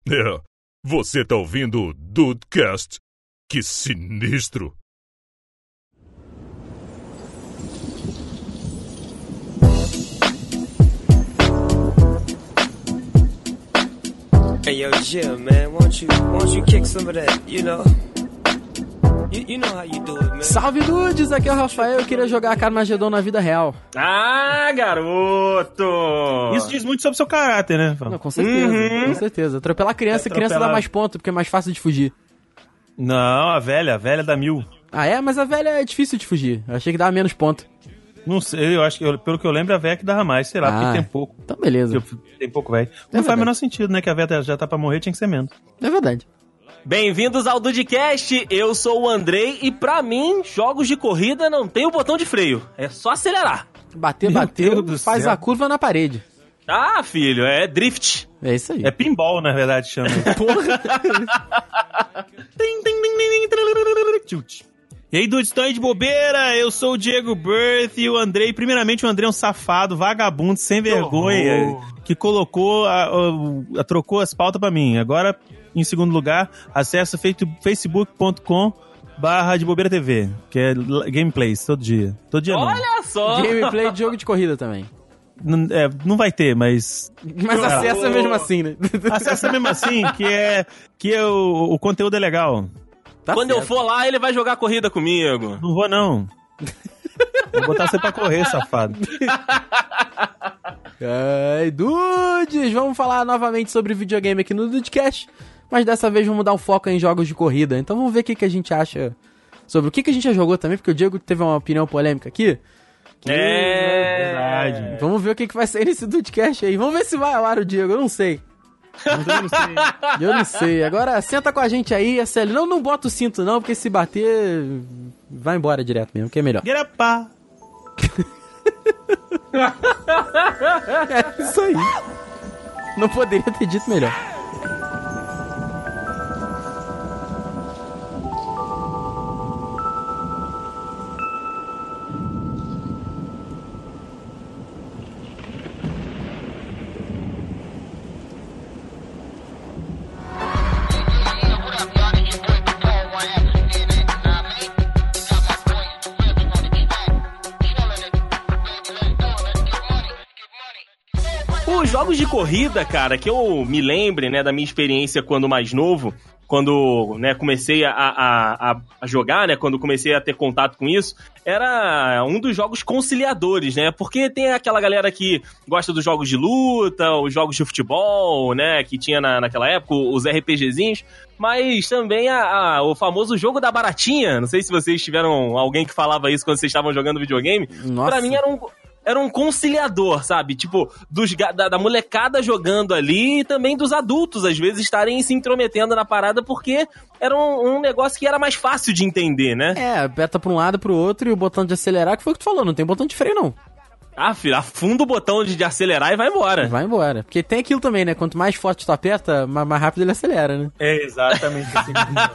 É, você tá ouvindo o Dudecast? Que sinistro! Hey yo, Jim, man, won't you kick some of that, you know? You know how you do it, man. Salve, dudes! Aqui é o Rafael. Eu queria jogar Carmageddon na vida real. Ah, garoto! Isso diz muito sobre o seu caráter, né? Não, com certeza, com certeza. Atropelar criança, criança dá mais ponto, porque é mais fácil de fugir. Não, a velha dá 1000. Ah, é? Mas a velha é difícil de fugir. Eu achei que dava menos ponto. Não sei, eu acho que, pelo que eu lembro, a velha que dava mais, sei lá, porque tem pouco. Então beleza. Tem pouco velho. Não faz o menor sentido, né? Que a velha já tá pra morrer, tinha que ser menos. É verdade. Bem-vindos ao Dudecast, eu sou o Andrei e pra mim, jogos de corrida não tem o botão de freio, é só acelerar. Bateu, faz a curva na parede. Ah, filho, é drift. É isso aí. É pinball, na verdade, chama. Porra. E aí, dudes, estão aí de bobeira? Eu sou o Diego Berth e o Andrei. Primeiramente, o Andrei é um safado, vagabundo, sem vergonha, que colocou, trocou as pautas pra mim. Agora, em segundo lugar, acessa facebook.com/de bobeira TV, que é gameplays todo dia. Todo dia não. Olha só! Gameplay de jogo de corrida também. Não vai ter, mas... Mas acessa mesmo assim, né? Acessa mesmo assim, que é o conteúdo é legal. Tá Quando certo. eu for lá, ele vai jogar corrida comigo. Não vou, não. Vou botar você pra correr, safado. Ai, dudes, vamos falar novamente sobre videogame aqui no Dudecast, mas dessa vez vamos dar um foco em jogos de corrida. Então vamos ver o que a gente acha sobre o que a gente já jogou também, porque o Diego teve uma opinião polêmica aqui. É verdade. Vamos ver o que vai sair nesse Dudecast aí. Vamos ver se vai ao ar o Diego, eu não sei. Eu não sei. Agora senta com a gente aí, SL. Não bota o cinto não, porque se bater, vai embora direto mesmo, que é melhor. Get up, pá. É isso aí. Não poderia ter dito melhor. Os jogos de corrida, cara, que eu me lembre, né, da minha experiência quando mais novo, quando, né, comecei a jogar, né, quando comecei a ter contato com isso, era um dos jogos conciliadores, né, porque tem aquela galera que gosta dos jogos de luta, os jogos de futebol, né, que tinha naquela época, os RPGzinhos, mas também o famoso jogo da baratinha. Não sei se vocês tiveram alguém que falava isso quando vocês estavam jogando videogame. Nossa. Pra mim era um conciliador, sabe? Tipo, da molecada jogando ali e também dos adultos, às vezes, estarem se intrometendo na parada porque era um negócio que era mais fácil de entender, né? É, aperta pra um lado, pro outro e o botão de acelerar, que foi o que tu falou, não tem botão de freio não. Ah, filho, afunda o botão de acelerar e vai embora. Vai embora. Porque tem aquilo também, né? Quanto mais forte tu aperta, mais rápido ele acelera, né? É exatamente assim.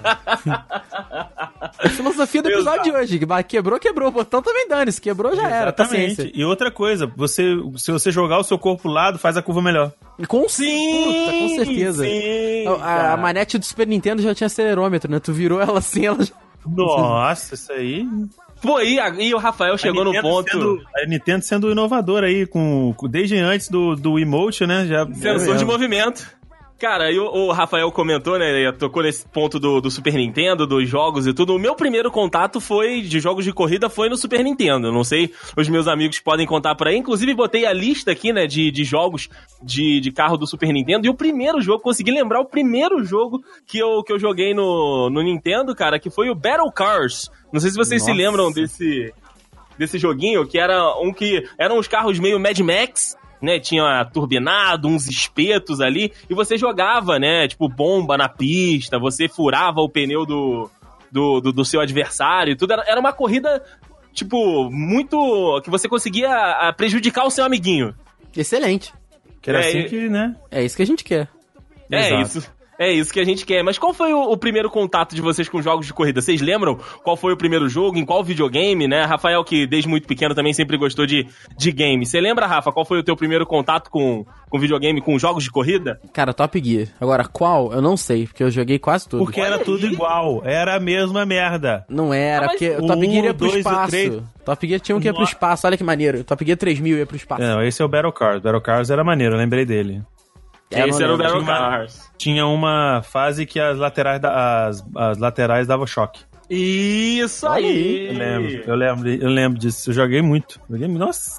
A filosofia do episódio de hoje. Quebrou o botão também dane-se. Quebrou já era, paciência. E outra coisa, se você jogar o seu corpo pro lado, faz a curva melhor. Com certeza. Sim, a manete do Super Nintendo já tinha acelerômetro, né? Tu virou ela assim, ela já... Nossa, isso aí... Pô, e o Rafael chegou no ponto... A Nintendo sendo inovadora aí, desde antes do emote, né? Sensor de movimento. Cara, e o Rafael comentou, né, tocou nesse ponto do Super Nintendo, dos jogos e tudo. O meu primeiro contato de jogos de corrida foi no Super Nintendo. Não sei, os meus amigos podem contar por aí. Inclusive, botei a lista aqui, né, de jogos de carro do Super Nintendo. E o primeiro jogo, consegui lembrar o primeiro jogo que eu joguei no Nintendo, cara, que foi o Battle Cars. Não sei se vocês se lembram desse joguinho, que era eram uns carros meio Mad Max, né, tinha turbinado, uns espetos ali, e você jogava, né, tipo, bomba na pista, você furava o pneu do seu adversário e tudo. Era uma corrida, tipo, muito... que você conseguia prejudicar o seu amiguinho. Excelente. Que era assim que, né? É isso que a gente quer. É Exato. isso. É isso que a gente quer. Mas qual foi o primeiro contato de vocês com jogos de corrida? Vocês lembram qual foi o primeiro jogo? Em qual videogame, né? Rafael, que desde muito pequeno também sempre gostou de game. Você lembra, Rafa, qual foi o teu primeiro contato com videogame, com jogos de corrida? Cara, Top Gear. Agora, qual? Eu não sei, porque eu joguei quase tudo. Porque era tudo igual. Era a mesma merda. Não era, porque o Top Gear ia pro 2, espaço. 3. Top Gear tinha um que ia pro espaço, olha que maneiro. O Top Gear 3000 ia pro espaço. Não, esse é o Battle Cars. Battle Cars era maneiro, eu lembrei dele. Esse era o lembro. Battle Cars. Tinha uma fase que as laterais, as laterais davam choque. Isso aí! Eu lembro disso. Eu joguei muito. Nossa!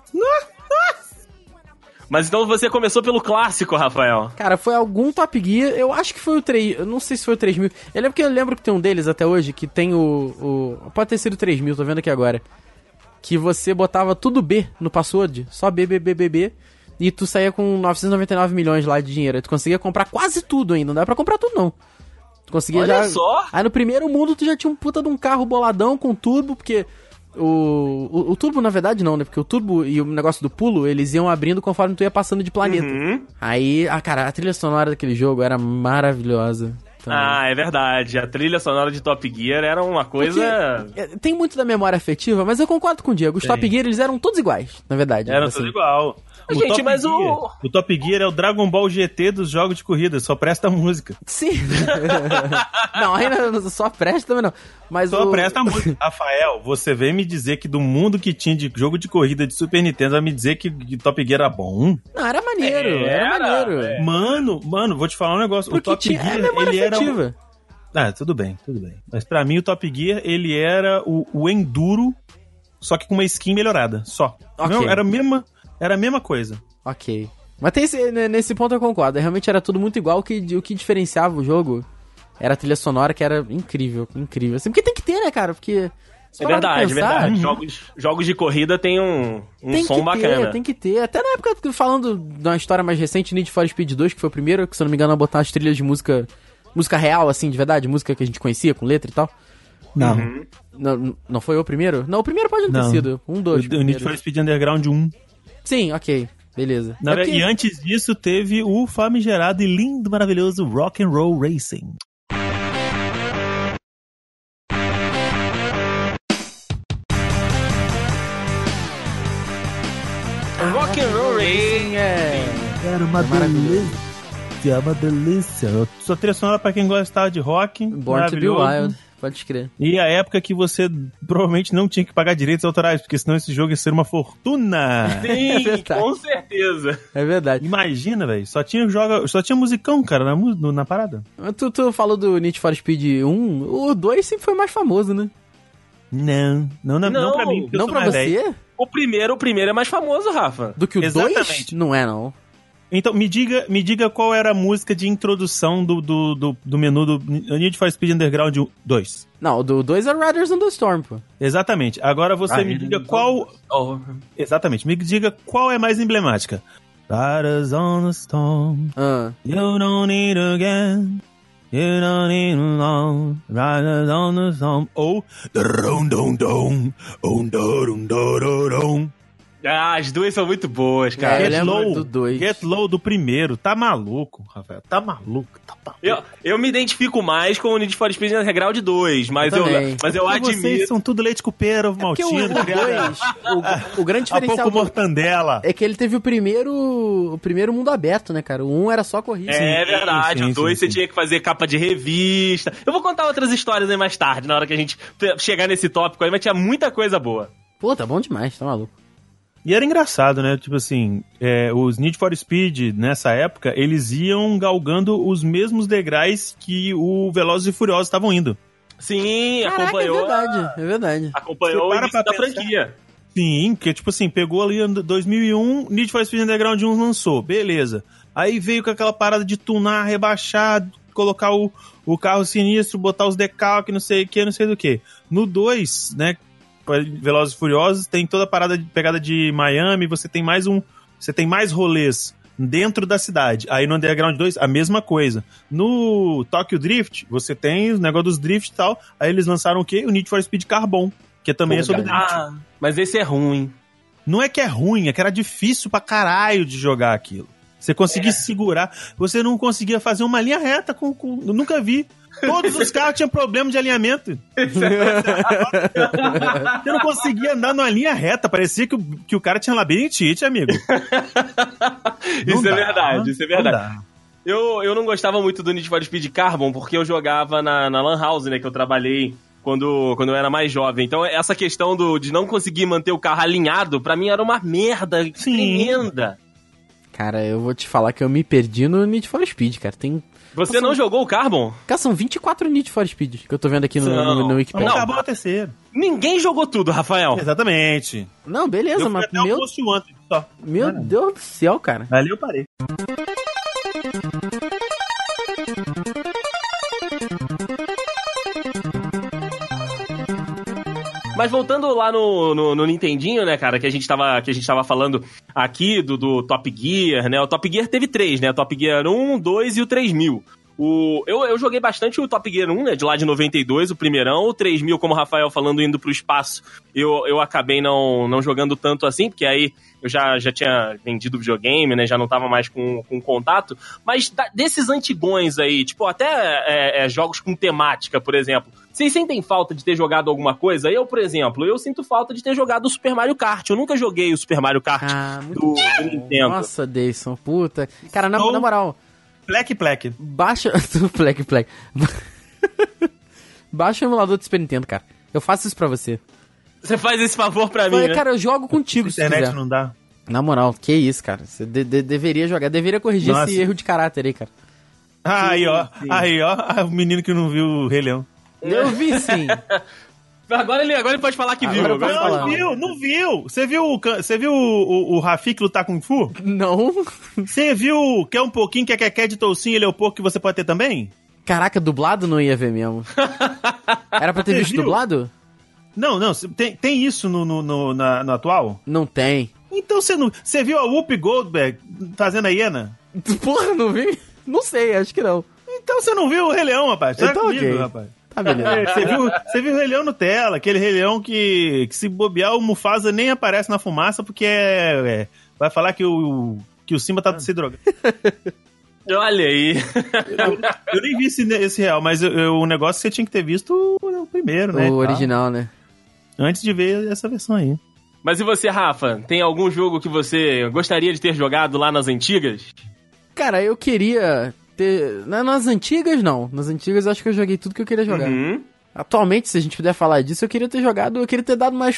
Mas então você começou pelo clássico, Rafael. Cara, foi algum Top Gear, eu acho que foi o 3, eu não sei se foi o 3000. Eu lembro que tem um deles até hoje, que tem pode ter sido o 3000, tô vendo aqui agora. Que você botava tudo B no password, só B, e tu saía com 999 milhões lá de dinheiro. Aí tu conseguia comprar quase tudo ainda, não dá pra comprar tudo não. Tu conseguia Olha já... só! Aí no primeiro mundo tu já tinha um puta de um carro boladão com turbo, porque... O turbo, na verdade, não, né? Porque o turbo e o negócio do pulo, eles iam abrindo conforme tu ia passando de planeta. Uhum. Aí, cara, a trilha sonora daquele jogo era maravilhosa. Também. Ah, é verdade. A trilha sonora de Top Gear era uma coisa... Porque tem muito da memória afetiva, mas eu concordo com o Diego. Os Top Gear, eles eram todos iguais, na verdade. Era assim. tudo igual. Gente, mas o Top Gear é o Dragon Ball GT dos jogos de corrida, só presta música. Sim. Não, ainda só presta também não. Mas só presta música. Rafael, você vem me dizer que do mundo que tinha de jogo de corrida de Super Nintendo, vai me dizer que Top Gear era bom? Não, era maneiro, era maneiro. É. Mano, vou te falar um negócio. Porque o Top Gear, ele afetiva. era... Ah, tudo bem. Mas pra mim o Top Gear, ele era o Enduro, só que com uma skin melhorada, só. Okay. Não, era a mesma coisa. Ok. Mas nesse ponto eu concordo. Realmente era tudo muito igual. O que diferenciava o jogo era a trilha sonora, que era incrível. Assim, porque tem que ter, né, cara? Porque... É verdade. Jogos de corrida tem um som bacana. Tem que ter. Até na época, falando de uma história mais recente, Need for Speed 2, que foi o primeiro, que se eu não me engano, a botar as trilhas de música real, assim, de verdade. Música que a gente conhecia, com letra e tal. Não. Uhum. Não foi o primeiro? Não, o primeiro pode não ter sido. 2. O Need for Speed Underground 1. Sim, ok. Beleza. E antes disso teve o famigerado e lindo, maravilhoso Rock and Roll Racing. Rock and Roll Racing era uma delícia. Sua trilha sonora pra quem gostava de rock. Born to be Wild. Pode crer. E a época que você provavelmente não tinha que pagar direitos autorais, porque senão esse jogo ia ser uma fortuna. Sim, com certeza. É verdade. Imagina, velho. Só tinha musicão, cara, na parada. Tu falou do Need for Speed 1, o 2 sempre foi mais famoso, né? Não pra mim. Não pra você? Véio. O primeiro é mais famoso, Rafa. Do que o 2? Não é, não. Então, me diga qual era a música de introdução do menu do Need for Speed Underground 2. Não, o do 2 é Riders on the Storm, pô. Exatamente. Agora você me diga qual... Exatamente. Me diga qual é mais emblemática. Riders on the Storm. You don't need again. You don't need alone. Riders on the Storm. Ou... Ah, as duas são muito boas, cara. Get Low do primeiro. Tá maluco, Rafael. Tá maluco. Eu me identifico mais com o Need for Speed Underground 2, mas eu admiro. Vocês são tudo leite cupeiro, maltino. O grande diferencial pouco mortandela. É que ele teve o primeiro mundo aberto, né, cara? O 1 era só corrida. É verdade. O 2 você tinha que fazer capa de revista. Eu vou contar outras histórias aí mais tarde, na hora que a gente chegar nesse tópico aí, mas tinha muita coisa boa. Pô, tá bom demais, tá maluco. E era engraçado, né? Tipo assim, os Need for Speed, nessa época, eles iam galgando os mesmos degraus que o Velozes e Furiosos estavam indo. Sim, caraca, acompanhou. É verdade. Acompanhou o início da franquia. Sim, porque, tipo assim, pegou ali em 2001, Need for Speed Underground 1 lançou, beleza. Aí veio com aquela parada de tunar, rebaixar, colocar o carro sinistro, botar os decalques, não sei o que, não sei do que. No 2, né? Velozes e Furiosos, tem toda a parada de pegada de Miami, você tem mais rolês dentro da cidade. Aí no Underground 2, a mesma coisa. No Tokyo Drift, você tem o negócio dos drift e tal, aí eles lançaram o quê? O Need for Speed Carbon, que também é sobre drift. Mas esse é ruim. Não é que é ruim, é que era difícil pra caralho de jogar aquilo. Você conseguia segurar. Você não conseguia fazer uma linha reta. Eu nunca vi. Todos os carros tinham problema de alinhamento. Você não conseguia andar numa linha reta. Parecia que o cara tinha labirintite, amigo. Isso é verdade. Eu não gostava muito do Need for Speed Carbon porque eu jogava na Lan House, né? Que eu trabalhei quando eu era mais jovem. Então, essa questão de não conseguir manter o carro alinhado, pra mim era uma merda tremenda. Cara, eu vou te falar que eu me perdi no Need for Speed, cara. Você não jogou o Carbon? Cara, são 24 Need for Speed que eu tô vendo aqui no Wikipedia. Não, acabou o terceiro. Ninguém jogou tudo, Rafael. Exatamente. Não, beleza, mas meu Deus do céu, cara. Ali eu parei. Mas voltando lá no Nintendinho, né, cara, que a gente tava falando aqui do Top Gear, né? O Top Gear teve 3, né? O Top Gear 1, 2 e o 3000. Eu joguei bastante o Top Gear 1, né, de lá de 92, o primeirão. O 3000, como o Rafael falando, indo pro espaço, eu acabei não jogando tanto assim, porque aí eu já tinha vendido o videogame, né, já não tava mais com contato. Mas desses antigões aí, tipo, até jogos com temática, por exemplo, vocês sentem falta de ter jogado alguma coisa? Eu, por exemplo, eu sinto falta de ter jogado o Super Mario Kart. Eu nunca joguei o Super Mario Kart do Nintendo. Nossa, Deison, puta. Cara, na moral... Plec. Baixa... Plec. Baixa o emulador do Super Nintendo, cara. Eu faço isso pra você. Você faz esse favor pra mim, né? Cara, eu jogo contigo, se internet quiser. Não dá. Na moral, que isso, cara. Você deveria jogar. Deveria corrigir esse erro de caráter aí, cara. Aí, ó. O menino que não viu o Rei Leão. Eu vi, sim. Agora ele pode falar que viu. Não viu. Você viu o Rafik lutar Kung Fu? Não. Você viu Quer um pouquinho, quer de toucinho, ele é o pouco que você pode ter também? Caraca, dublado não ia ver mesmo. Era pra ter visto dublado? Não. Tem isso no atual? Não tem. Então você viu a Whoopi Goldberg fazendo a hiena? Porra, não vi? Não sei, acho que não. Então você não viu o Rei Leão, rapaz. Então, comigo, rapaz. Tá, beleza. Você viu o Rei Leão no tela, aquele Rei Leão que se bobear o Mufasa nem aparece na fumaça porque vai falar que o Simba tá se drogando. Olha aí. Eu nem vi esse real, mas o negócio você tinha que ter visto o primeiro, né? O original, né? Antes de ver essa versão aí. Mas e você, Rafa? Tem algum jogo que você gostaria de ter jogado lá nas antigas? Cara, eu queria ter... Nas antigas, não. Nas antigas, eu acho que eu joguei tudo que eu queria jogar. Uhum. Atualmente, se a gente puder falar disso, eu queria ter jogado... Eu queria ter dado mais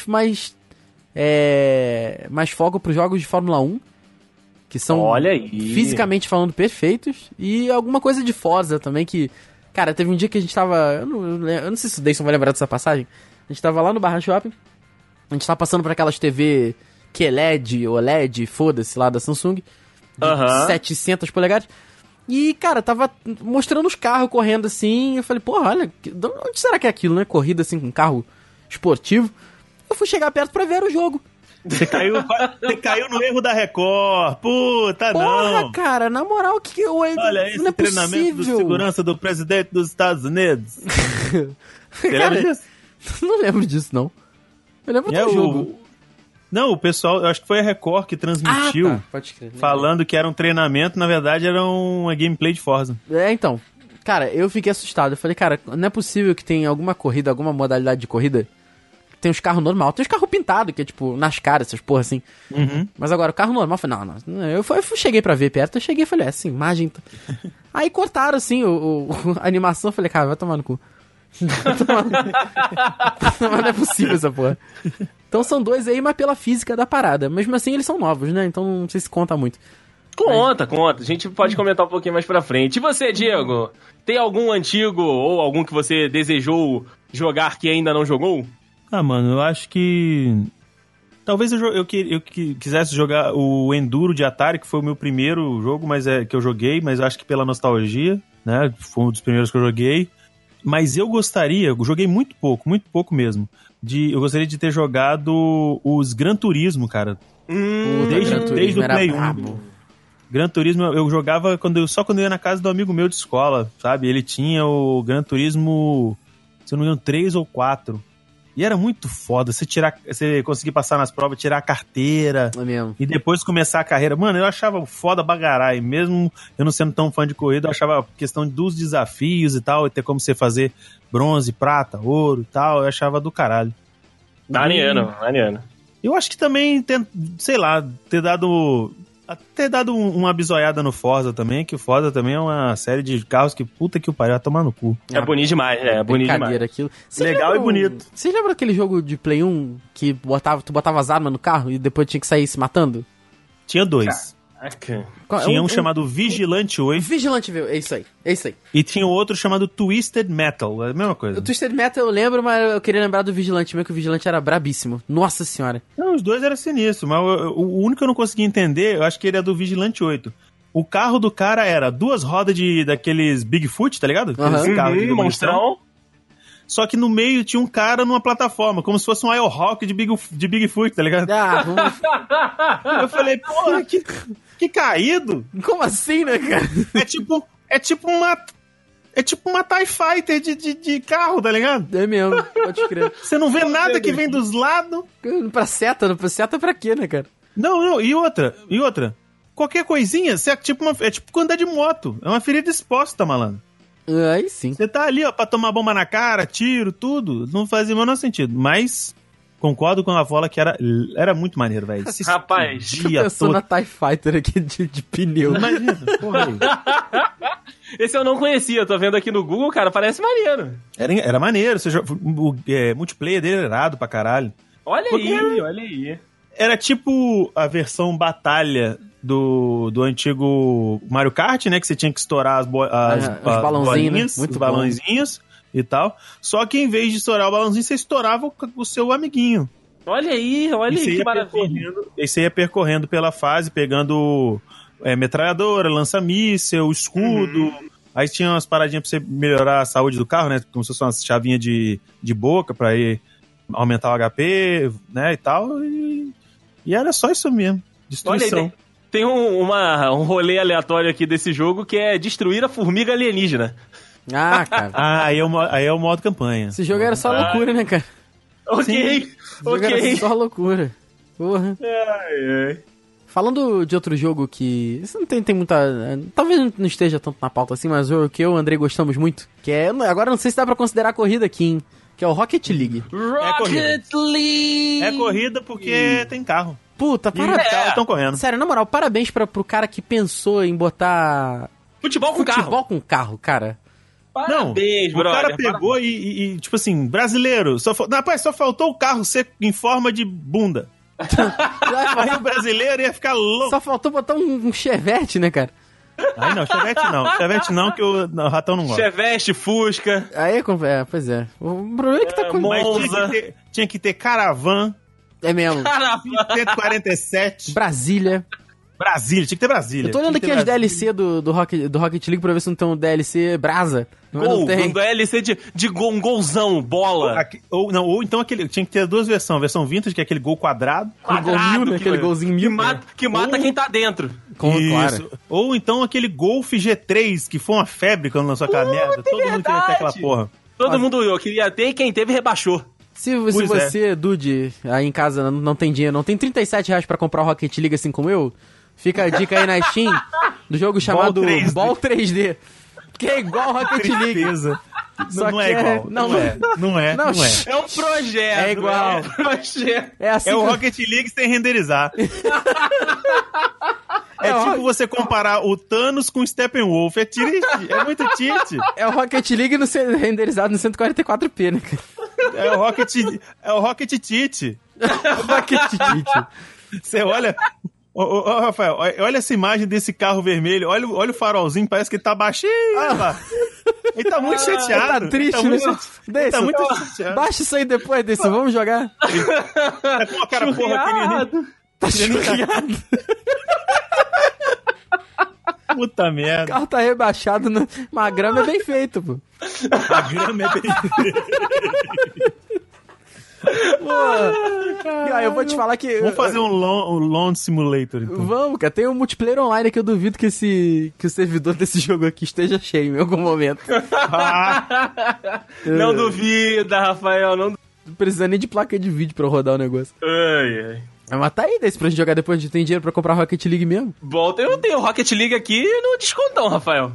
foco pros jogos de Fórmula 1. Que são, olha aí, fisicamente falando, perfeitos. E alguma coisa de Forza também, que... Cara, teve um dia que a gente tava... Eu não sei se o Deison vai lembrar dessa passagem. A gente tava lá no Barra Shopping. A gente tava passando por aquelas TV QLED, OLED, foda-se, lá da Samsung. De 700 polegadas. E, cara, tava mostrando os carros correndo assim. Eu falei, porra, olha, onde será que é aquilo, né? Corrida assim com carro esportivo. Eu fui chegar perto pra ver o jogo. Você caiu no erro da Record. Puta, porra, não. Cara, na moral, que eu... Olha esse treinamento de segurança do presidente dos Estados Unidos. Você lembra disso? Não lembro disso, não. Eu lembro do jogo. Não, o pessoal, eu acho que foi a Record que transmitiu, tá. Pode crer, falando que era um treinamento, na verdade era uma gameplay de Forza. Então, cara, eu fiquei assustado. Eu falei, cara, não é possível que tenha alguma corrida, alguma modalidade de corrida. Tem os carros normal, tem os carros pintados, que é tipo, nas caras, essas porra assim. Uhum. Mas agora, o carro normal, eu falei, não. Eu cheguei pra ver perto, eu cheguei e falei, essa imagem... Aí cortaram, assim, a animação, eu falei, cara, vai tomar no cu. Mas não é possível essa porra. Então são dois aí, mas pela física da parada. Mesmo assim, eles são novos, né? Então não sei se conta muito. Conta. A gente pode comentar um pouquinho mais pra frente. E você, Diego? Tem algum antigo ou algum que você desejou jogar que ainda não jogou? Ah, mano, eu acho que... Talvez eu quisesse jogar o Enduro de Atari, que foi o meu primeiro jogo que eu joguei, mas eu acho que pela nostalgia, né? Foi um dos primeiros que eu joguei. Mas eu joguei muito pouco mesmo. Eu gostaria de ter jogado os Gran Turismo, cara. Desde o Play 1. Gran Turismo eu jogava só quando eu ia na casa do amigo meu de escola, sabe? Ele tinha o Gran Turismo, se eu não me engano, 3 ou 4. E era muito foda você conseguir passar nas provas, tirar a carteira É mesmo. e depois começar a carreira. Mano, eu achava foda bagarai. Mesmo eu não sendo tão fã de corrida, eu achava a questão dos desafios e tal, e ter como você fazer bronze, prata, ouro e tal, eu achava do caralho. Mariano. Eu acho que também, sei lá, ter dado uma bisoiada no Forza também, que o Forza também é uma série de carros que puta que o pariu, vai tomar no cu. É bonito demais, né? É bonito demais. Brincadeira aquilo. Legal e bonito. Você lembra aquele jogo de Play 1 que tu botava as armas no carro e depois tinha que sair se matando? Tinha 2. Caraca. Tinha um chamado Vigilante 8 Vigilante, é isso aí. e tinha outro chamado Twisted Metal, é a mesma coisa. O Twisted Metal eu lembro, mas eu queria lembrar do Vigilante mesmo, que o Vigilante era brabíssimo. Nossa senhora. Não, os dois eram sinistros, mas o único que eu não conseguia entender, eu acho que ele é do Vigilante 8. O carro do cara era 2 rodas daqueles Bigfoot, tá ligado? Aqueles carros de demolição. Monstrão. Só que no meio tinha um cara numa plataforma, como se fosse um Aerohawk de Bigfoot, tá ligado? Ah, vamos... Eu falei, porra, que caído! Como assim, né, cara? É tipo uma TIE Fighter de carro, tá ligado? É mesmo, pode crer. Você não vê nada que vem dos lados. Pra seta pra quê, né, cara? Não, e outra. Qualquer coisinha, é tipo andar de moto. É uma ferida exposta, malandro. Aí sim. Você tá ali, ó, pra tomar bomba na cara, tiro, tudo. Não fazia o menor sentido. Mas concordo com a Vola que era muito maneiro, velho. Rapaz, Tô pensando na TIE Fighter aqui de pneu. Imagina, porra aí. Esse eu não conhecia, tô vendo aqui no Google, cara, parece maneiro. Era maneiro. O multiplayer dele era irado pra caralho. Olha aí. Era tipo a versão batalha do antigo Mario Kart, né? Que você tinha que estourar as balãozinhos, né? os balãozinhos e tal. Só que em vez de estourar o balãozinho, você estourava o seu amiguinho. Olha aí, que maravilha. E você ia percorrendo pela fase, pegando metralhadora, lança-míssel, escudo. Aí tinha umas paradinhas pra você melhorar a saúde do carro, né? Como se fosse uma chavinha de boca pra ir aumentar o HP, né? E tal. E era só isso mesmo. Destruição. Olha, tem um rolê aleatório aqui desse jogo que é destruir a formiga alienígena. Ah, cara. Aí é o modo campanha. Esse jogo era só loucura, né, cara? Ok. Era só loucura. Porra. Ai. Falando de outro jogo que... Isso não tem muita... Talvez não esteja tanto na pauta assim, mas o que eu e o Andrei gostamos muito, que é... Agora não sei se dá pra considerar corrida aqui, hein? Que é o Rocket League. Rocket League! É corrida porque tem carro. Puta, parabéns. Os carros estão correndo. Sério, na moral, parabéns pro cara que pensou em botar... Futebol com carro, cara. Parabéns, não, brother. O cara pegou e tipo assim, brasileiro, rapaz, só faltou o carro ser em forma de bunda. Aí o brasileiro ia ficar louco. Só faltou botar um Chevette, né, cara? Aí não, Chevette não, que o Ratão não gosta. Chevette, Fusca. Aí, pois é. O problema é que tá com... Monza. Tinha que ter Caravan. É mesmo. 147. Brasília, tinha que ter Brasília. Eu tô olhando aqui as DLC do Rocket League pra ver se não tem um DLC Brasa. Não tem. Um DLC de gol, um golzão, bola. Ou então aquele. Tinha que ter 2 versões. A versão vintage, que é aquele gol quadrado. O gol mil, né? Aquele golzinho mil. Que mata quem tá dentro. Claro. Ou então aquele Golf G3, que foi uma febre quando lançou aquela merda. Todo mundo queria ter aquela porra. Todo mundo eu queria ter e quem teve rebaixou. Se você, Dude, aí em casa não tem dinheiro, não tem R$37 pra comprar o Rocket League assim como eu, fica a dica aí na Steam do jogo chamado Ball 3D. Que é igual Rocket League. Só não é igual. Não é. É um projeto. É igual. É assim o Rocket League sem renderizar. Tipo você comparar o Thanos com o Steppenwolf. É triste, é muito triste. É o Rocket League renderizado no 144p, né? É o Rocket Tite. Rocket Tite. Você olha... Ô, Rafael, olha essa imagem desse carro vermelho. Olha o farolzinho, parece que ele tá baixinho. Ele tá muito chateado. Tá triste, né? Ele tá muito chateado. Baixa isso aí depois, Deison. Vamos jogar. Tá com uma cara porra aqui. Tá churriado. Puta merda. O carro tá rebaixado, mas a grama é bem feita, pô. A grama é bem feita. Pô, eu vou te falar que... Vamos fazer um Lawn Simulator, então. Vamos, cara. Tem um multiplayer online que eu duvido que o servidor desse jogo aqui esteja cheio em algum momento. Não duvida, Rafael, não. precisa nem de placa de vídeo pra rodar o negócio. Ai. Mas tá aí, desse pra gente jogar depois. A gente tem dinheiro pra comprar Rocket League mesmo. Bom, eu tenho Rocket League aqui no descontão, Rafael.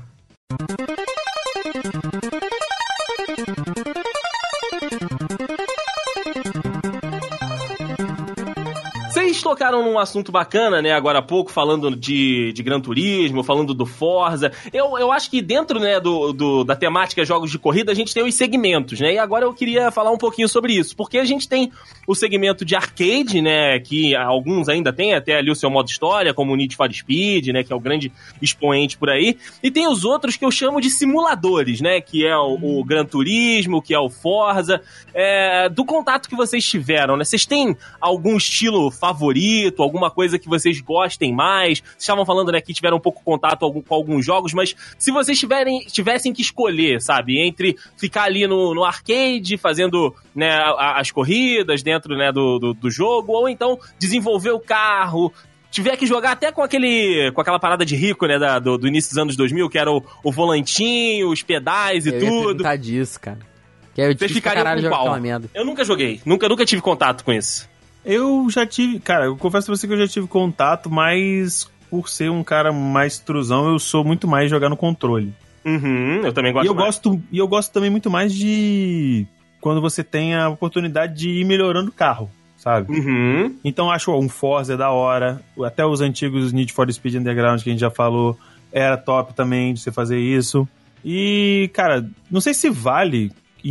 Vocês tocaram num assunto bacana, né, agora há pouco, falando de Gran Turismo, falando do Forza. Eu acho que dentro, né, da temática jogos de corrida, a gente tem os segmentos, né, e agora eu queria falar um pouquinho sobre isso, porque a gente tem o segmento de arcade, né, que alguns ainda tem, até ali o seu modo história, como o Need for Speed, né, que é o grande expoente por aí, e tem os outros que eu chamo de simuladores, né, que é o Gran Turismo, que é o Forza. Do contato que vocês tiveram, né, vocês têm algum estilo favorito, alguma coisa que vocês gostem mais? Vocês estavam falando, né, que tiveram um pouco contato com alguns jogos, mas se vocês tivessem que escolher, sabe, entre ficar ali no arcade, fazendo, né, as corridas dentro, né, do jogo, ou então desenvolver o carro, tiver que jogar até com aquela parada de rico, né, do início dos anos 2000, que era o volantinho, os pedais e tudo. Eu ia perguntar disso, cara. Que é Vocês ficariam com qual? Eu nunca joguei, nunca tive contato com isso. Eu já tive... Cara, eu confesso pra você que eu já tive contato, mas por ser um cara mais truzão, eu sou muito mais jogar no controle. Eu também gosto E eu gosto também muito mais de... Quando você tem a oportunidade de ir melhorando o carro, sabe? Então acho um Forza da hora, até os antigos Need for Speed Underground que a gente já falou, era top também de você fazer isso. E, cara, não sei se vale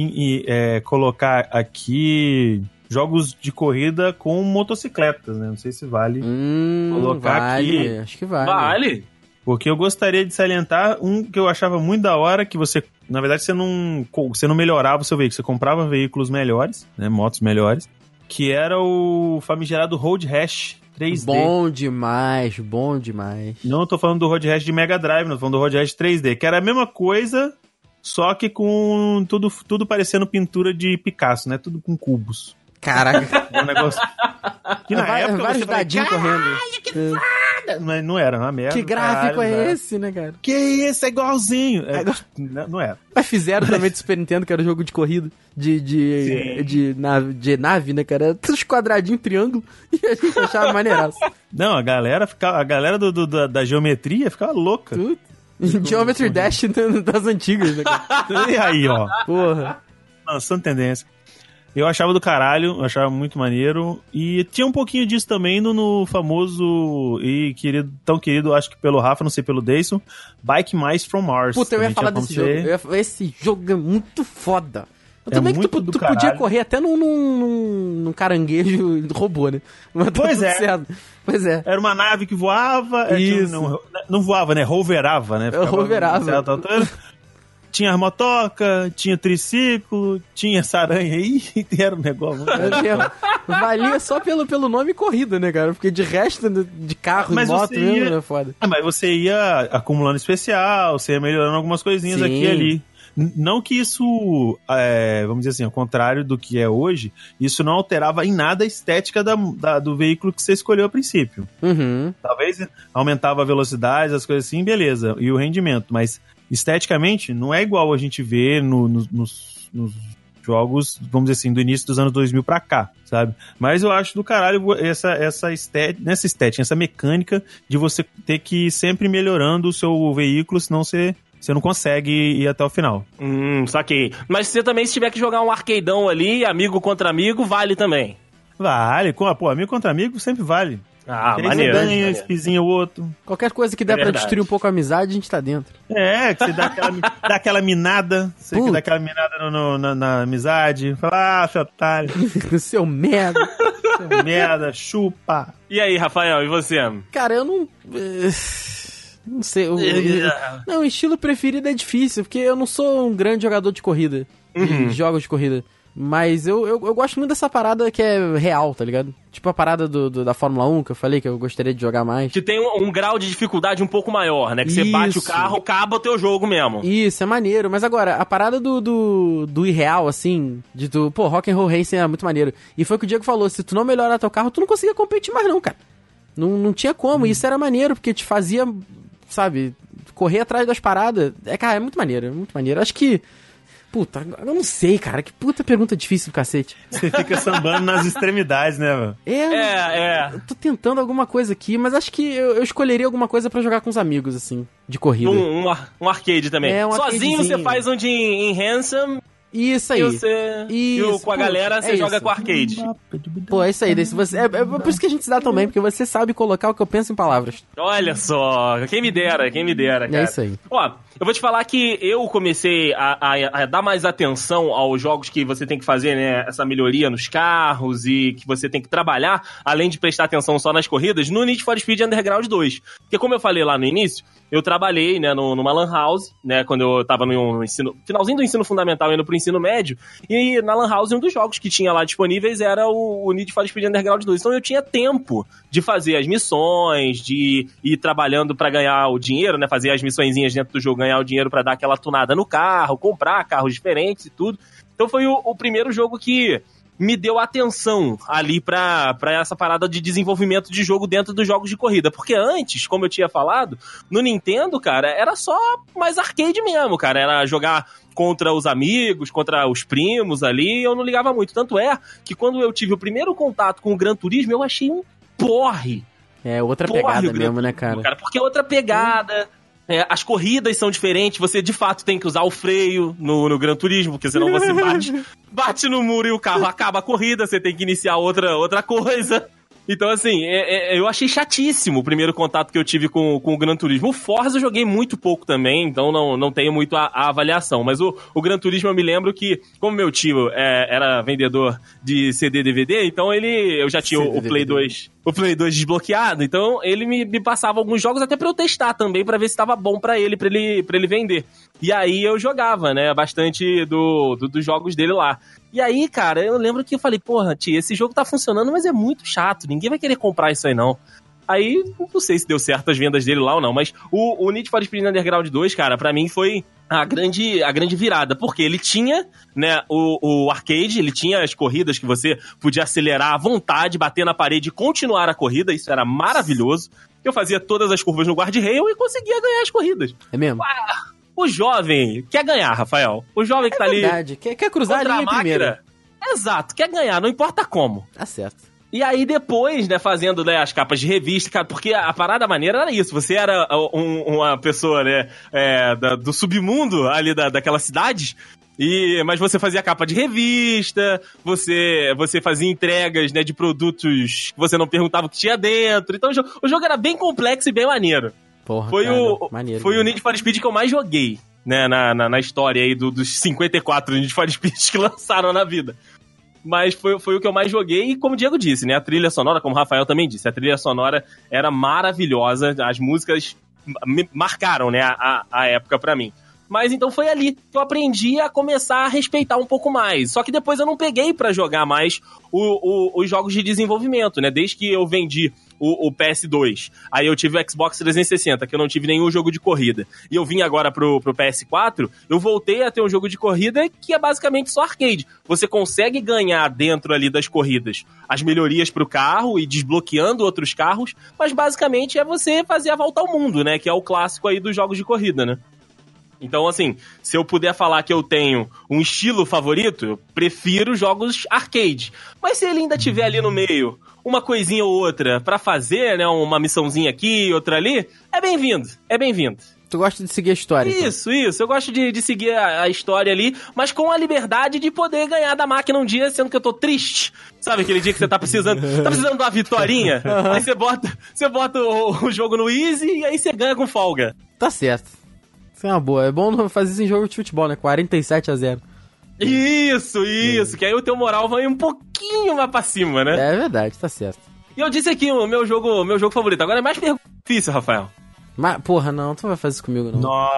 colocar aqui jogos de corrida com motocicletas, né? Não sei se vale colocar aqui. Acho que vale. Vale. Porque eu gostaria de salientar um que eu achava muito da hora, que você, na verdade, você não melhorava o seu veículo, você comprava veículos melhores, né? Motos melhores, que era o famigerado Road Rash 3D. Bom demais, bom demais. Não tô falando do Road Rash de Mega Drive, não tô falando do Road Rash 3D, que era a mesma coisa, só que com tudo parecendo pintura de Picasso, né? Tudo com cubos. Caraca. É um negócio... Que na época vários você fala, dadinhos correndo. Que foda! Mas não era, uma merda. Que gráfico caralho, é esse, né, cara? Que isso, é igualzinho. Não era. Mas fizeram também do Super Nintendo, que era o jogo de corrida, de nave, né, cara? Os quadradinhos, triângulo, e a gente achava maneiraço. Não, a galera da geometria ficava louca. Geometry Dash das antigas, né, cara? E aí, ó. Porra. Lançando tendência. Eu achava do caralho, eu achava muito maneiro. E tinha um pouquinho disso também no famoso e tão querido, acho que pelo Rafa, não sei pelo Deison, Bike Mice from Mars. Puta, eu ia falar desse jogo. Esse jogo é muito foda. Também que tu podia correr até num caranguejo robô, né? Mas pois é. Certo. Pois é. Era uma nave que voava. Isso. Não voava, né? Roverava, né? Roverava. Tinha as motoca, tinha triciclo, tinha essa aranha aí, era um negócio. Valia só pelo nome corrida, né, cara? Porque de resto, de carro e moto mesmo, é foda. Mas você ia acumulando especial, você ia melhorando algumas coisinhas aqui e ali. Não que isso, vamos dizer assim, ao contrário do que é hoje, isso não alterava em nada a estética do veículo que você escolheu a princípio. Talvez aumentava a velocidade, as coisas assim, beleza, e o rendimento, mas esteticamente não é igual a gente vê nos jogos, vamos dizer assim, do início dos anos 2000 pra cá, sabe? Mas eu acho do caralho essa estética, essa mecânica de você ter que ir sempre melhorando o seu veículo, senão você não consegue ir até o final. Saquei. Mas você também, se tiver que jogar um arcadeão ali, amigo contra amigo, vale também. Vale. Pô, amigo contra amigo sempre vale. Maneiro. Você ganha, espizinha o outro. Qualquer coisa que der pra destruir um pouco a amizade, a gente tá dentro. Que você dá aquela minada. Você que dá aquela minada na amizade. Fala, seu otário. Seu merda. Seu merda, chupa. E aí, Rafael, e você? Cara, eu não... Não sei. O estilo preferido é difícil, porque eu não sou um grande jogador de corrida. De jogos de corrida. Mas eu gosto muito dessa parada que é real, tá ligado? Tipo a parada da Fórmula 1, que eu falei que eu gostaria de jogar mais. Que tem um grau de dificuldade um pouco maior, né? Que você bate o carro, acaba o teu jogo mesmo. Isso, é maneiro. Mas agora, a parada do irreal, assim, Rock and Roll Racing é muito maneiro. E foi o que o Diego falou, se tu não melhorar teu carro, tu não conseguia competir mais não, cara. Não tinha como. Isso era maneiro, porque te fazia, sabe, correr atrás das paradas. Cara, é muito maneiro, é muito maneiro. Acho que Puta, eu não sei, cara. Que puta pergunta difícil do cacete. Você fica sambando nas extremidades, né, velho? Eu tô tentando alguma coisa aqui, mas acho que eu escolheria alguma coisa pra jogar com os amigos, assim, de corrida. Um arcade também. Sozinho você faz um de Enhancem. Isso aí. E com a galera você joga com arcade. Pô, é isso aí. É por isso que a gente se dá tão bem, porque você sabe colocar o que eu penso em palavras. Olha só, quem me dera, cara. É isso aí. Ó, eu vou te falar que eu comecei a dar mais atenção aos jogos que você tem que fazer, né, essa melhoria nos carros e que você tem que trabalhar, além de prestar atenção só nas corridas, no Need for Speed Underground 2. Porque como eu falei lá no início, eu trabalhei, né, numa lan house, né, quando eu tava no finalzinho do ensino fundamental, indo pro ensino médio, e na lan house um dos jogos que tinha lá disponíveis era o Need for Speed Underground 2. Então eu tinha tempo de fazer as missões, de ir trabalhando pra ganhar o dinheiro, né, fazer as missõezinhas dentro do jogo, ganhar o dinheiro pra dar aquela tunada no carro, comprar carros diferentes e tudo. Então foi o primeiro jogo que me deu atenção ali pra essa parada de desenvolvimento de jogo dentro dos jogos de corrida. Porque antes, como eu tinha falado, no Nintendo, cara, era só mais arcade mesmo, cara. Era jogar contra os amigos, contra os primos ali, eu não ligava muito. Tanto é que quando eu tive o primeiro contato com o Gran Turismo, eu achei um porre. É, outra pegada mesmo, né, cara? Porque é outra pegada. As corridas são diferentes, você de fato tem que usar o freio no Gran Turismo, porque senão você bate no muro e o carro acaba a corrida, você tem que iniciar outra coisa. Então, assim, eu achei chatíssimo o primeiro contato que eu tive com o Gran Turismo. O Forza eu joguei muito pouco também, então não tenho muito a avaliação. Mas o Gran Turismo eu me lembro que, como meu tio era vendedor de CD DVD, então eu já tinha o Play 2. O Play 2 desbloqueado, então ele me passava alguns jogos até pra eu testar também, pra ver se tava bom pra ele vender. E aí eu jogava, né, bastante dos jogos dele lá. E aí, cara, eu lembro que eu falei, porra, tia, esse jogo tá funcionando, mas é muito chato, ninguém vai querer comprar isso aí não. Aí, não sei se deu certo as vendas dele lá ou não, mas o Need for Speed Underground 2, cara, pra mim foi a grande virada, porque ele tinha, né, o arcade, ele tinha as corridas que você podia acelerar à vontade, bater na parede e continuar a corrida, isso era maravilhoso. Eu fazia todas as curvas no guardrail e conseguia ganhar as corridas. É mesmo? O jovem quer ganhar, Rafael. O jovem que tá verdade. ali... Quer cruzar a linha primeiro. Exato, quer ganhar, não importa como. Tá certo. E aí depois, né, fazendo, né, as capas de revista, cara, porque a parada maneira era isso, você era uma pessoa, né, do submundo ali daquela cidade, mas você fazia capa de revista, você fazia entregas, né, de produtos que você não perguntava o que tinha dentro, então o jogo era bem complexo e bem maneiro. Porra, foi maneiro, foi o Need for Speed que eu mais joguei, né, na história aí dos 54 Need for Speed que lançaram na vida. Mas foi o que eu mais joguei, e como o Diego disse, né, a trilha sonora, como o Rafael também disse, a trilha sonora era maravilhosa, as músicas marcaram, né, a época pra mim. Mas então foi ali que eu aprendi a começar a respeitar um pouco mais. Só que depois eu não peguei pra jogar mais os jogos de desenvolvimento, né? Desde que eu vendi o PS2, aí eu tive o Xbox 360, que eu não tive nenhum jogo de corrida. E eu vim agora pro PS4, eu voltei a ter um jogo de corrida que é basicamente só arcade. Você consegue ganhar dentro ali das corridas as melhorias pro carro e desbloqueando outros carros, mas basicamente é você fazer a volta ao mundo, né? Que é o clássico aí dos jogos de corrida, né? Então, assim, se eu puder falar que eu tenho um estilo favorito, eu prefiro jogos arcade. Mas se ele ainda tiver ali no meio uma coisinha ou outra pra fazer, né, uma missãozinha aqui, outra ali, é bem-vindo, é bem-vindo. Tu gosta de seguir a história, Isso, eu gosto de seguir a história ali, mas com a liberdade de poder ganhar da máquina um dia, sendo que eu tô triste. Sabe aquele dia que você tá precisando de uma vitorinha? Aí você bota o jogo no easy e aí você ganha com folga. Tá certo. Isso é uma boa. É bom fazer isso em jogo de futebol, né? 47-0. Isso, que aí o teu moral vai um pouquinho mais pra cima, né? É verdade, tá certo. E eu disse aqui o meu jogo favorito. Agora é mais difícil, Rafael. Mas, porra, não, tu não vai fazer isso comigo, não.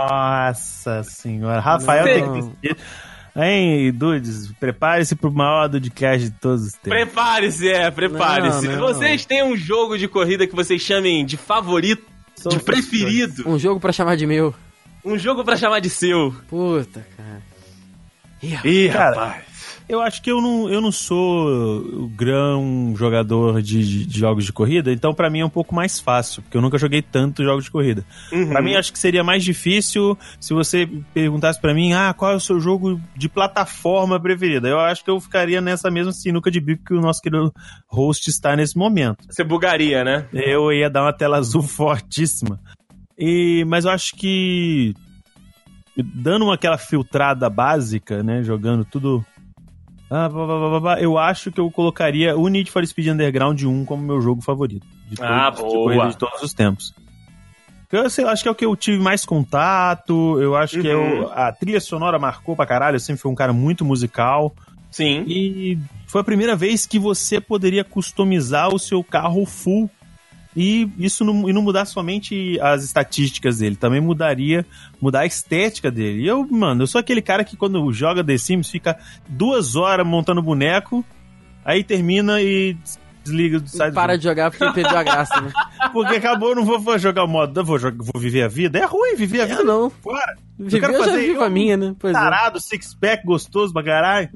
Nossa senhora. Rafael tem que decidir. Hein, Dudes, prepare-se pro maior Dudecast de todos os tempos. Prepare-se. Não. Vocês têm um jogo de corrida que vocês chamem de favorito, de preferido? Um jogo pra chamar de meu. Um jogo pra chamar de seu. Puta, cara. Ih, Cara, rapaz. eu acho que eu não sou o grão jogador de jogos de corrida, então pra mim é um pouco mais fácil, porque eu nunca joguei tanto jogos de corrida. Pra mim, acho que seria mais difícil se você perguntasse pra mim, qual é o seu jogo de plataforma preferido? Eu acho que eu ficaria nessa mesma sinuca de bico que o nosso querido host está nesse momento. Você bugaria, né? Eu ia dar uma tela azul fortíssima. Mas eu acho que dando aquela filtrada básica, né, jogando tudo... eu acho que eu colocaria o Need for Speed Underground 1 como meu jogo favorito. De corrida de todos os tempos. Eu acho que é o que eu tive mais contato, eu acho que a trilha sonora marcou pra caralho, eu sempre fui um cara muito musical. Sim. E foi a primeira vez que você poderia customizar o seu carro full. E isso não mudar somente as estatísticas dele, também mudar a estética dele. E eu sou aquele cara que quando joga The Sims fica 2 horas montando boneco, aí termina e desliga do site. Para de jogar porque perdeu a graça, né? Porque acabou, eu não vou jogar o modo, vou viver a vida. É ruim viver a vida. Não. Fora. Viver eu já vivo a minha, né? Pois tarado, six-pack gostoso pra caralho.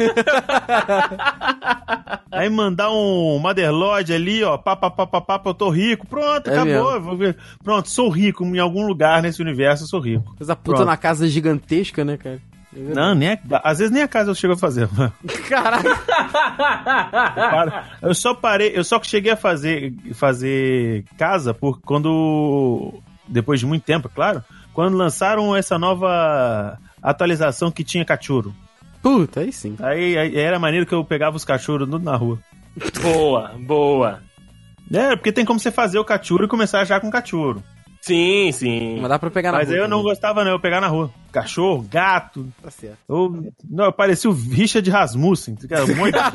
Aí mandar um Motherlode ali, ó, eu tô rico. Pronto, acabou. Pronto, sou rico em algum lugar nesse universo, eu sou rico. Coisa puta na casa gigantesca, né, cara? Não, às vezes nem a casa eu chego a fazer. Caraca! Eu só cheguei a fazer casa depois de muito tempo, claro, quando lançaram essa nova atualização que tinha cachorro. Puta, aí sim. Aí era maneiro que eu pegava os cachorros na rua. Boa. Porque tem como você fazer o cachorro e começar já com cachorro. Sim, sim. Mas dá pra pegar na rua. Mas aí eu não gostava, não. Eu pegar na rua. Cachorro, gato. Tá certo. Eu parecia o Richard Rasmussen. Um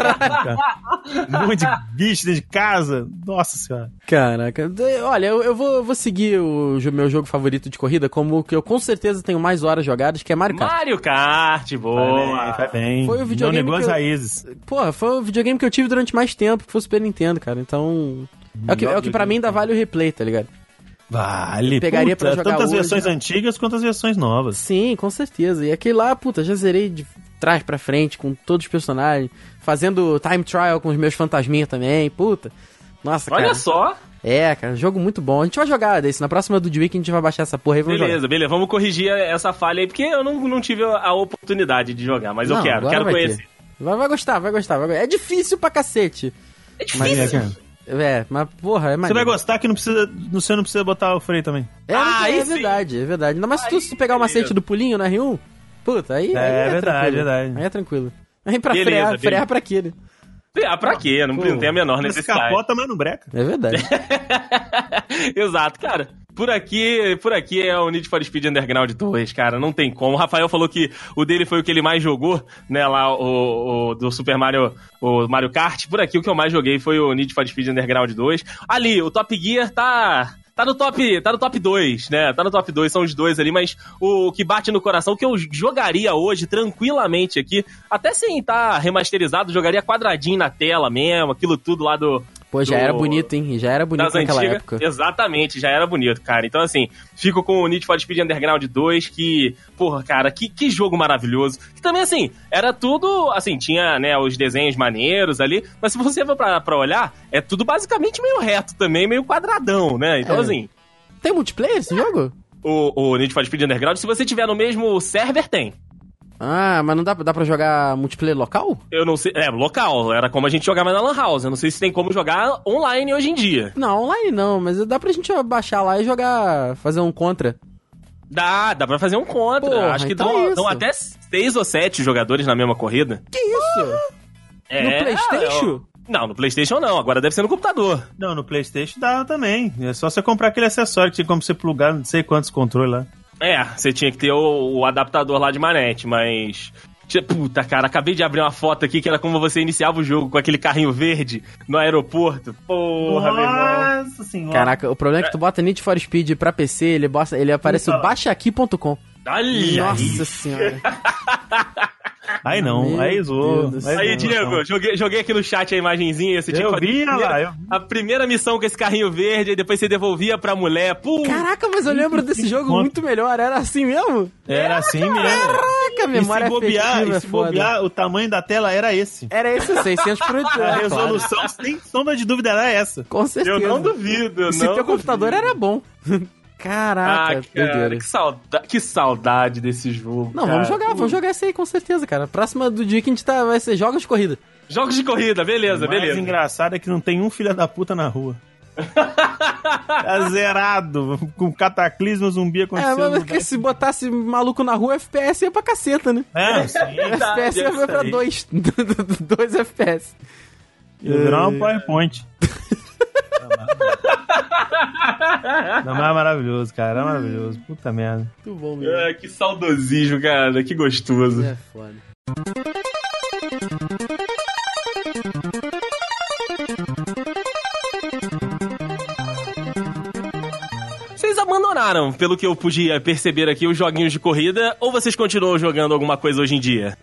monte de bicho dentro de casa. Nossa senhora. Caraca. Olha, eu vou seguir o meu jogo favorito de corrida como o que eu com certeza tenho mais horas jogadas, que é Mario Kart. Mario Kart, boa. Vai bem. Foi o videogame não negou as raízes. Porra, foi o videogame que eu tive durante mais tempo, que foi o Super Nintendo, cara. Então... É o que pra mim dá vale o replay, tá ligado? Vale, pegaria pra jogar tanto as hoje, versões antigas quanto as versões novas. Sim, com certeza. E aquele lá, puta, já zerei de trás pra frente com todos os personagens, fazendo time trial com os meus fantasminhas também, puta. Nossa, cara. Olha só. É, cara, jogo muito bom. A gente vai jogar desse. Na próxima do Week a gente vai baixar essa porra e vamos jogar. Beleza. Vamos corrigir essa falha aí, porque eu não tive a oportunidade de jogar, mas eu quero conhecer. Vai gostar. É difícil pra cacete. É difícil. Mas porra, é maneiro. Você vai gostar que você não precisa botar o freio também. É verdade. Ainda mais se tu pegar o macete do pulinho na R1, puta, aí é verdade. Aí é tranquilo. Aí pra frear pra quê, né? Pra quê? Não tem a menor necessidade. Você capota, mas não breca. É verdade. Exato, cara. Por aqui é o Need for Speed Underground 2, cara, não tem como. O Rafael falou que o dele foi o que ele mais jogou, né, lá o do Super Mario, o Mario Kart. Por aqui o que eu mais joguei foi o Need for Speed Underground 2. Ali, o Top Gear tá no top 2, né? Tá no top 2, são os dois ali, mas o que bate no coração, que eu jogaria hoje tranquilamente aqui, até sem estar remasterizado, jogaria quadradinho na tela mesmo, aquilo tudo lá do... Pô, já era bonito, hein? Já era bonito naquela época. Exatamente, já era bonito, cara. Então, assim, fico com o Need for Speed Underground 2, que, porra, cara, que jogo maravilhoso. Que também, assim, era tudo, assim, tinha, né, os desenhos maneiros ali, mas se você for pra olhar, é tudo basicamente meio reto também, meio quadradão, né? Então, assim... Tem multiplayer esse jogo? O Need for Speed Underground, se você tiver no mesmo server, tem. Ah, mas não dá pra jogar multiplayer local? Eu não sei. Local. Era como a gente jogava na Lan House. Eu não sei se tem como jogar online hoje em dia. Não, online não, mas dá pra gente baixar lá e jogar, fazer um contra. Dá pra fazer um contra. Porra, acho que então dão até 6 ou 7 jogadores na mesma corrida. Que isso? No PlayStation? Não, no PlayStation não. Agora deve ser no computador. Não, no PlayStation dá também. É só você comprar aquele acessório que tinha como você plugar não sei quantos controles lá. Você tinha que ter o adaptador lá de manete, mas... Puta, cara, acabei de abrir uma foto aqui que era como você iniciava o jogo com aquele carrinho verde no aeroporto. Porra, meu irmão. Nossa senhora. Caraca, o problema é que tu bota Need for Speed pra PC, ele aparece o baixaqui.com. Olha Nossa senhora. Aí não, aí zoou. Aí, Diego, joguei aqui no chat a imagenzinha. Você tinha a primeira missão com esse carrinho verde, e depois você devolvia pra mulher. Caraca, mas eu lembro desse jogo muito melhor. Era assim mesmo? Era assim mesmo. Caraca, que a memória afetiva é se foda. bobear, o tamanho da tela era esse. Era esse, 600 por 800. A resolução, sem sombra de dúvida, era essa. Com certeza. Eu não duvido. Se teu computador era bom. Caraca, doideira. Que saudade desse jogo. Não, cara. vamos jogar esse aí com certeza, cara. A próxima do dia que a gente vai ser jogos de corrida. Jogos de corrida, beleza, O mais engraçado é que não tem um filho da puta na rua. Tá zerado, com cataclismo zumbi acontecendo. Mas que se botasse maluco na rua, FPS ia pra caceta, né? Sim. FPS ia pra 2 FPS. Ia virar uma PowerPoint. Não, mas é maravilhoso, cara. É maravilhoso. Puta merda. Muito bom mesmo. Que saudosismo, cara. Que gostoso. É foda. Vocês abandonaram, pelo que eu podia perceber aqui, os joguinhos de corrida, ou vocês continuam jogando alguma coisa hoje em dia?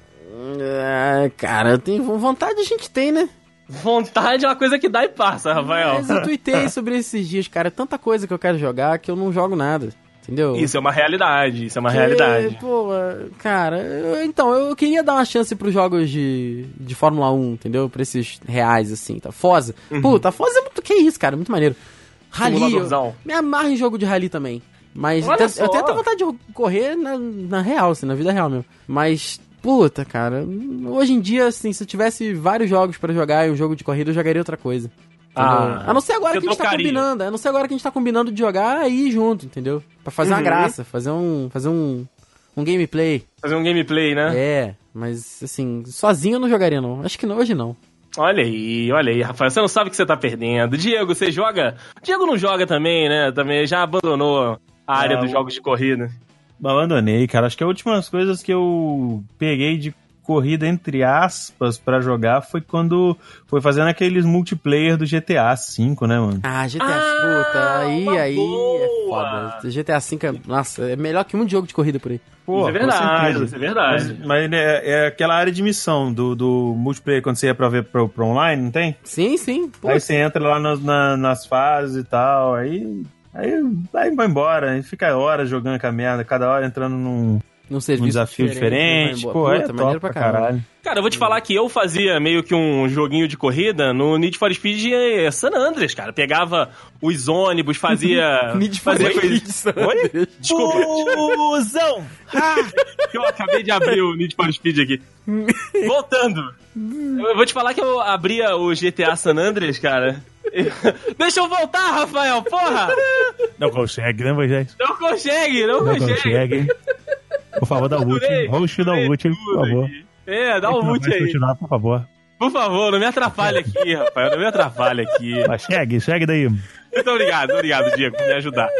Cara, eu tenho vontade, a gente tem, né? Vontade é uma coisa que dá e passa, Rafael. Mas eu tuitei sobre esses dias, cara. É tanta coisa que eu quero jogar que eu não jogo nada. Entendeu? Isso é uma realidade, realidade. Pô, cara, eu queria dar uma chance pros jogos de Fórmula 1, entendeu? Pra esses reais, assim, tá? Forza. Puta, Forza é muito... Que isso, cara? Muito maneiro. Rally, eu me amarro em jogo de rally também. Mas eu tenho até vontade de correr na real, assim, na vida real mesmo. Mas... Puta, cara, hoje em dia, assim, se eu tivesse vários jogos pra jogar e um jogo de corrida, eu jogaria outra coisa. A não ser agora que a gente tá combinando. A não ser agora que a gente tá combinando de jogar aí junto, entendeu? Pra fazer uma graça, fazer um gameplay. Fazer um gameplay, né? É, mas assim, sozinho eu não jogaria não. Acho que não, hoje não. Olha aí, Rafael, você não sabe o que você tá perdendo. Diego, você joga? Diego não joga também, né? Também já abandonou a área dos jogos de corrida. Abandonei, cara. Acho que as últimas coisas que eu peguei de corrida, entre aspas, pra jogar foi quando foi fazendo aqueles multiplayer do GTA V, né, mano? GTA, puta, aí é foda. GTA V, nossa, é melhor que muito jogo de corrida por aí. Pô, isso é verdade, Mas é aquela área de missão do multiplayer, quando você ia pra ver pro online, não tem? Sim. Pô, aí você entra lá nas fases e tal, aí vai embora, aí fica horas jogando com a merda, cada hora entrando num desafio diferente. Pô, é top pra caralho. Cara, eu vou te falar que eu fazia meio que um joguinho de corrida no Need for Speed San Andreas, cara. Pegava os ônibus, fazia... Need for Speed San Andreas. Desculpa. Fusão! Eu acabei de abrir o Need for Speed aqui. Voltando. Eu vou te falar que eu abria o GTA San Andreas, cara. Deixa eu voltar, Rafael, porra! Não consegue, né, Moisés? Não consegue. Por favor, dá o último. Host, dá o último, por favor. Dá o último aí. Continuar, por favor. Por favor, não me atrapalha aqui, Rafael. Não me atrapalha aqui. Mas segue daí. Muito obrigado, Diego, por me ajudar.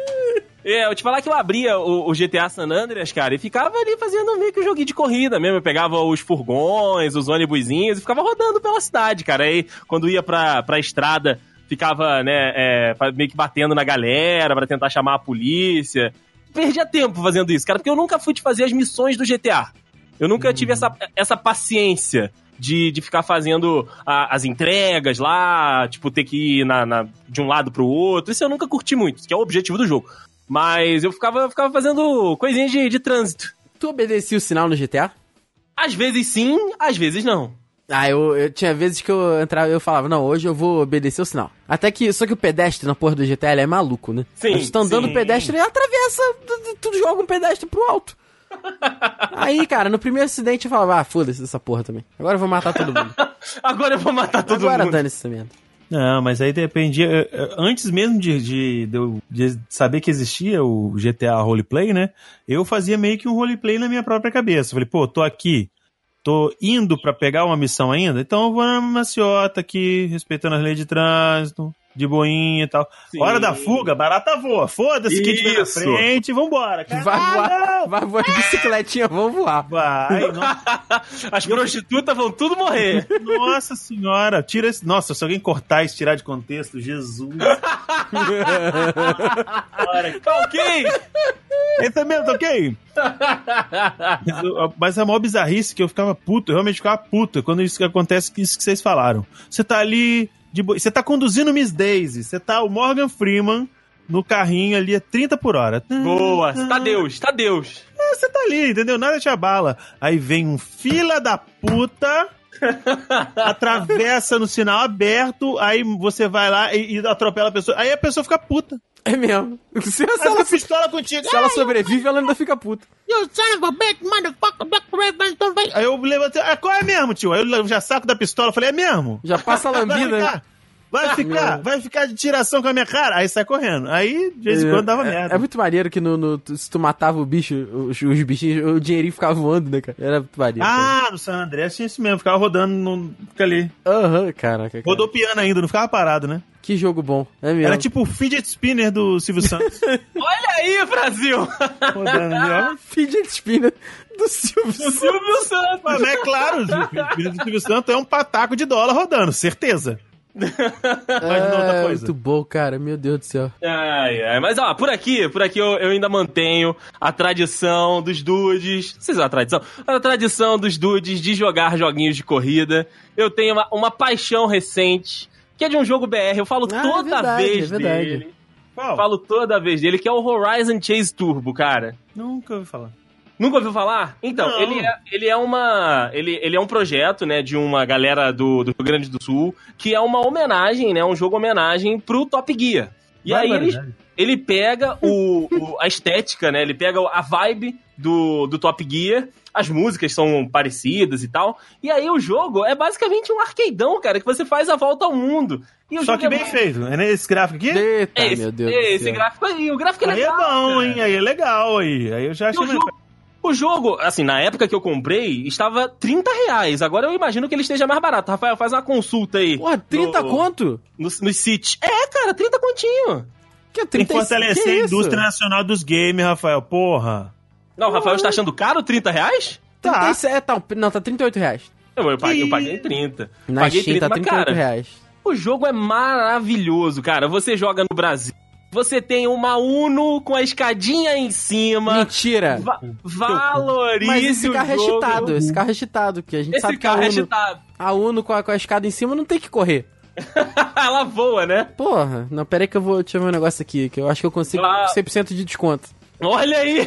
Eu vou te falar que eu abria o GTA San Andreas, cara, e ficava ali fazendo meio que um joguinho de corrida mesmo. Eu pegava os furgões, os ônibusinhos e ficava rodando pela cidade, cara. Aí, quando ia pra estrada, ficava, né, meio que batendo na galera pra tentar chamar a polícia. Perdia tempo fazendo isso, cara, porque eu nunca fui de fazer as missões do GTA. Eu nunca tive essa paciência de ficar fazendo as entregas lá, tipo, ter que ir de um lado pro outro. Isso eu nunca curti muito, que é o objetivo do jogo. Mas eu ficava fazendo coisinhas de trânsito. Tu obedecia o sinal no GTA? Às vezes sim, às vezes não. Eu tinha vezes que eu entrava e eu falava, não, hoje eu vou obedecer o sinal. Só que o pedestre na porra do GTA, ele é maluco, né? Sim, eles estão andando o pedestre, ele atravessa, tu joga um pedestre pro alto. Aí, cara, no primeiro acidente eu falava, foda-se essa porra também. Agora eu vou matar todo mundo. Agora eu vou matar todo mundo. Agora dane-se essa merda. Não, mas aí dependia... Antes mesmo de saber que existia o GTA Roleplay, né? Eu fazia meio que um roleplay na minha própria cabeça. Falei, pô, tô aqui, tô indo pra pegar uma missão ainda, então eu vou na maciota aqui, respeitando as leis de trânsito, de boinha e tal. Sim. Hora da fuga, barata voa. Foda-se quem tiver na frente, vambora. Vai voar de bicicletinha, vamos voar. Vai. As prostitutas vão tudo morrer. Nossa senhora, tira esse... Nossa, se alguém cortar isso, tirar de contexto, Jesus. Tá ok? Esse mesmo, tá ok? Mas a maior bizarrice que eu ficava puto, eu realmente ficava puto quando isso que acontece, isso que vocês falaram. Você tá ali... Você tá conduzindo Miss Daisy, você tá o Morgan Freeman no carrinho ali a 30 por hora. Boa, tá Deus. você tá ali, entendeu? Nada te abala. Aí vem um fila da puta, atravessa no sinal aberto, aí você vai lá e atropela a pessoa. Aí a pessoa fica puta. É mesmo. Se Ela ela, pistola contigo. se ela sobrevive, ela ainda fica puta. You son of a bitch, motherfucker. Aí eu levantei, qual é mesmo, tio? Aí eu já saco da pistola, falei, é mesmo? Já passa a lambida, né? Vai ficar de tiração com a minha cara. Aí sai correndo. Aí, de vez em quando, dava merda. É muito maneiro que se tu matava o bicho, os bichinhos, o dinheirinho ficava voando, né, cara? Era muito maneiro. No San Andreas tinha isso mesmo. Ficava rodando, fica ali. Caraca. Cara. Rodopiando ainda, não ficava parado, né? Que jogo bom. É mesmo. Era tipo o fidget spinner do Silvio Santos. Olha aí, Brasil! Rodando ali, ó. Fidget spinner do Silvio Santos. Silvio Santos! Mas é claro, o fidget spinner do Silvio Santos é um pataco de dólar rodando, certeza. Imagina outra coisa. Muito bom, cara. Meu Deus do céu. Mas ó, por aqui eu ainda mantenho a tradição dos dudes. Vocês a tradição? A tradição dos dudes de jogar joguinhos de corrida. Eu tenho uma paixão recente, que é de um jogo BR. Eu falo toda vez dele. Qual? Falo toda vez dele, que é o Horizon Chase Turbo, cara. Nunca ouvi falar. Nunca ouviu falar? Então, ele é um projeto, né, de uma galera do Rio Grande do Sul, que é uma homenagem, né, um jogo homenagem pro Top Gear. E aí ele pega a estética, né, ele pega a vibe do Top Gear, as músicas são parecidas e tal, e aí o jogo é basicamente um arcadeão, cara, que você faz a volta ao mundo. E Só que bem feito, é nesse gráfico aqui? Eita, meu Deus do céu. Esse gráfico aí, o gráfico é Aí legal. é bom, cara. hein, aí é legal, aí eu já achei... O jogo, assim, na época que eu comprei, estava R$30. Agora eu imagino que ele esteja mais barato. Rafael, faz uma consulta aí. Porra, 30 conto? No City. Cara, 30 continho. Que Tem que fortalecer a indústria nacional dos games, Rafael, porra. Não, o Rafael está achando caro R$30? Tá. Não, tá R$38. Eu paguei 30. Na Paguei Steam tá mas, cara, R$38. o jogo é maravilhoso, cara. Você joga no Brasil. Você tem uma Uno com a escadinha em cima. Mentira. Valorize Mas esse carro é o jogo. cheatado. Esse carro é cheatado. Que a gente sabe que carro é cheatado. A Uno com a escada em cima não tem que correr. Ela voa, né? Porra. Não, pera aí que deixa eu ver um negócio aqui. Que eu acho que eu consigo 100% de desconto. Olha aí.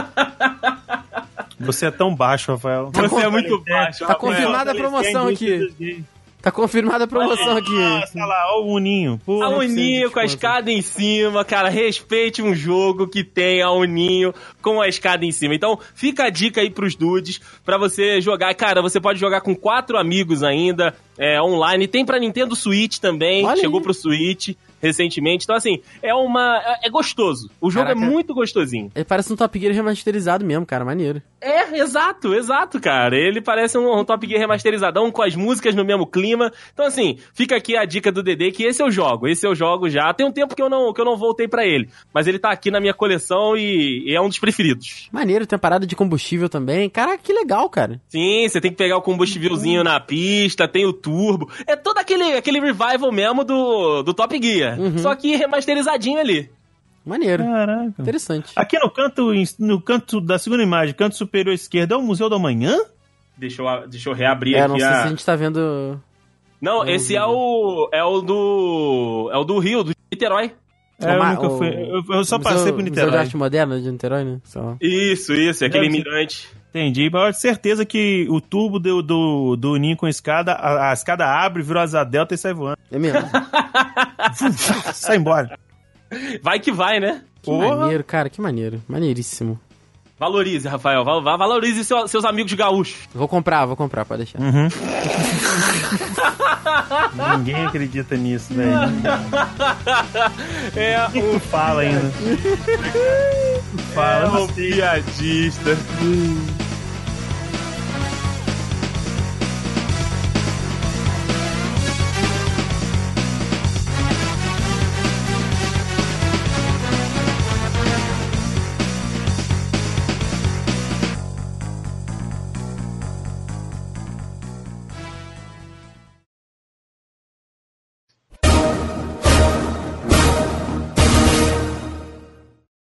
Você é tão baixo, Rafael. Você é muito baixo. Tá confirmada a promoção aqui. Tá confirmada a promoção aqui. Nossa, lá, ó o Uninho. A Uninho com a escada em cima, cara, respeite um jogo que tem a Uninho com a escada em cima. Então, fica a dica aí pros dudes pra você jogar. Cara, você pode jogar com 4 amigos ainda, online. Tem pra Nintendo Switch também, chegou pro Switch recentemente. Então, assim, é gostoso. O jogo é muito gostosinho. Ele parece um Top Gear remasterizado mesmo, cara, maneiro. Exato, cara. Ele parece um Top Gear remasterizadão com as músicas no mesmo clima. Então, assim, fica aqui a dica do Dedê, que esse eu jogo já. Tem um tempo que eu não voltei pra ele, mas ele tá aqui na minha coleção e é um dos preferidos. Maneiro, tem a parada de combustível também. Caraca, que legal, cara. Sim, você tem que pegar o combustívelzinho na pista, tem o turbo. É todo aquele revival mesmo do Top Gear. Só que remasterizadinho ali. Maneiro. Caraca. Interessante. Aqui no canto da segunda imagem, canto superior esquerdo, é o Museu do Amanhã? Deixa eu reabrir aqui não sei se a gente tá vendo... Não, esse é o do Rio, do Niterói. Eu nunca fui. Eu só passei por Niterói. Museu de Arte Moderna de Niterói, né? Isso, aquele mirante. Entendi, mas eu tenho certeza que o turbo do Uninho com a escada abre, virou asa delta e sai voando. É mesmo. Sai embora. Vai que vai, né? Que maneiro, cara, que maneiro. Maneiríssimo. Valorize, Rafael. Valorize seus amigos gaúchos. Vou comprar, pode deixar. Ninguém acredita nisso, velho. O que tu fala ainda? Tu fala, piadista.